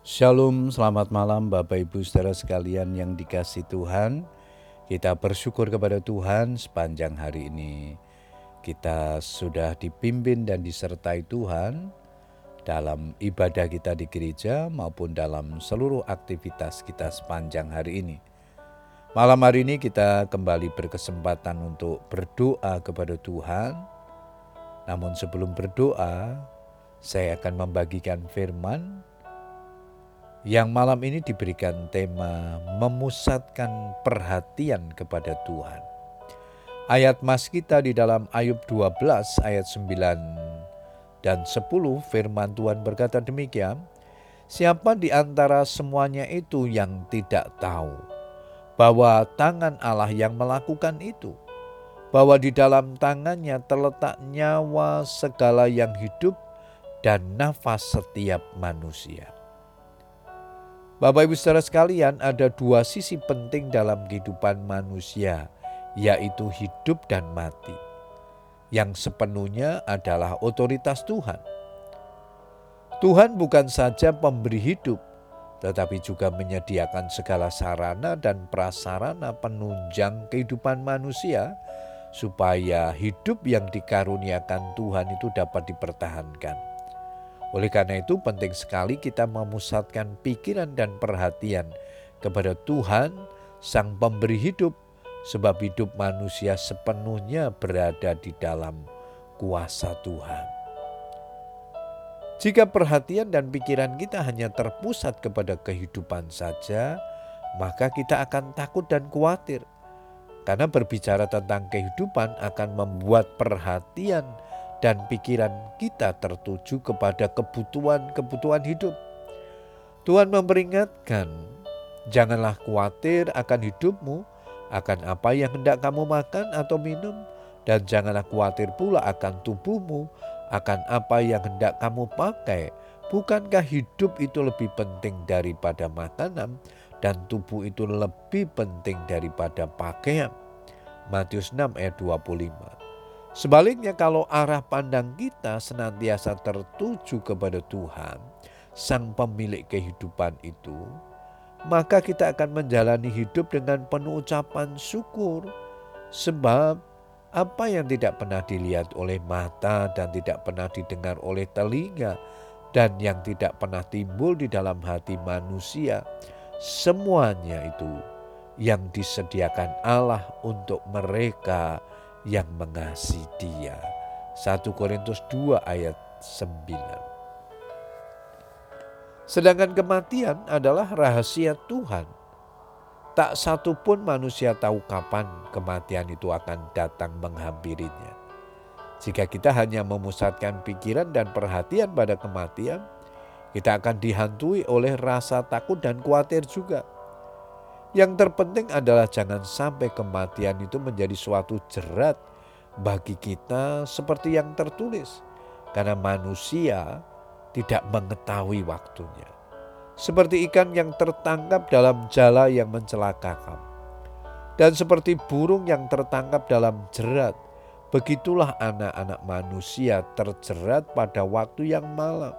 Shalom, selamat malam Bapak Ibu saudara sekalian yang dikasihi Tuhan. Kita bersyukur kepada Tuhan sepanjang hari ini. Kita sudah dipimpin dan disertai Tuhan dalam ibadah kita di gereja maupun dalam seluruh aktivitas kita sepanjang hari ini. Malam hari ini kita kembali berkesempatan untuk berdoa kepada Tuhan. Namun sebelum berdoa, saya akan membagikan firman yang malam ini diberikan tema memusatkan perhatian kepada Tuhan. Ayat mas kita di dalam Ayub 12 ayat 9 dan 10 firman Tuhan berkata demikian, siapa di antara semuanya itu yang tidak tahu bahwa tangan Allah yang melakukan itu, bahwa di dalam tangannya terletak nyawa segala yang hidup dan nafas setiap manusia. Bapak Ibu saudara sekalian, ada dua sisi penting dalam kehidupan manusia, yaitu hidup dan mati, yang sepenuhnya adalah otoritas Tuhan. Tuhan bukan saja pemberi hidup, tetapi juga menyediakan segala sarana dan prasarana penunjang kehidupan manusia, supaya hidup yang dikaruniakan Tuhan itu dapat dipertahankan. Oleh karena itu penting sekali kita memusatkan pikiran dan perhatian kepada Tuhan, Sang Pemberi hidup, sebab hidup manusia sepenuhnya berada di dalam kuasa Tuhan. Jika perhatian dan pikiran kita hanya terpusat kepada kehidupan saja, maka kita akan takut dan khawatir. Karena berbicara tentang kehidupan akan membuat perhatian dan pikiran kita tertuju kepada kebutuhan hidup. Tuhan memperingatkan, janganlah khawatir akan hidupmu, akan apa yang hendak kamu makan atau minum, dan janganlah khawatir pula akan tubuhmu, akan apa yang hendak kamu pakai. Bukankah hidup itu lebih penting daripada makanan, dan tubuh itu lebih penting daripada pakaian? Matius 6 ayat 25. Sebaliknya kalau arah pandang kita senantiasa tertuju kepada Tuhan, Sang Pemilik kehidupan itu, maka kita akan menjalani hidup dengan penuh ucapan syukur. Sebab apa yang tidak pernah dilihat oleh mata dan tidak pernah didengar oleh telinga dan yang tidak pernah timbul di dalam hati manusia, semuanya itu yang disediakan Allah untuk mereka yang mengasihi Dia. 1 Korintus 2 ayat 9. Sedangkan kematian adalah rahasia Tuhan. Tak satu pun manusia tahu kapan kematian itu akan datang menghampirinya. Jika kita hanya memusatkan pikiran dan perhatian pada kematian, kita akan dihantui oleh rasa takut dan khawatir juga. Yang terpenting adalah jangan sampai kematian itu menjadi suatu jerat bagi kita seperti yang tertulis. Karena manusia tidak mengetahui waktunya. Seperti ikan yang tertangkap dalam jala yang mencelakakan. Dan seperti burung yang tertangkap dalam jerat, begitulah anak-anak manusia terjerat pada waktu yang malam.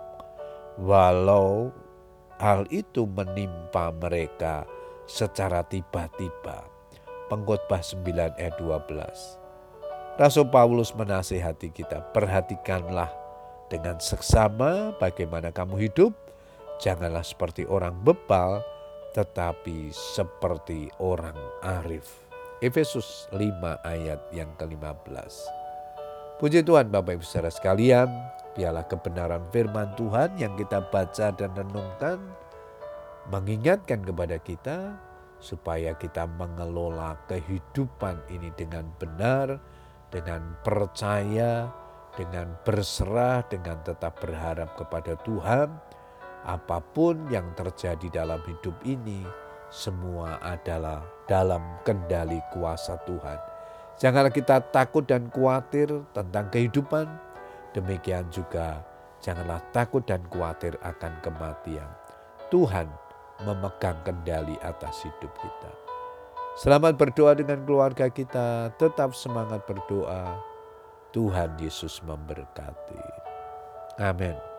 Walau hal itu menimpa mereka secara tiba-tiba. Pengkhotbah 9 ayat 12. Rasul Paulus menasihati kita, perhatikanlah dengan seksama bagaimana kamu hidup. Janganlah seperti orang bebal, tetapi seperti orang arif. Efesus 5 ayat yang ke-15. Puji Tuhan Bapak Ibu saudara sekalian, biarlah kebenaran firman Tuhan yang kita baca dan renungkan mengingatkan kepada kita supaya kita mengelola kehidupan ini dengan benar, dengan percaya, dengan berserah, dengan tetap berharap kepada Tuhan. Apapun yang terjadi dalam hidup ini, semua adalah dalam kendali kuasa Tuhan. Janganlah kita takut dan khawatir tentang kehidupan, demikian juga janganlah takut dan khawatir akan kematian. Tuhan memegang kendali atas hidup kita. Selamat berdoa dengan keluarga kita, tetap semangat berdoa. Tuhan Yesus memberkati. Amin.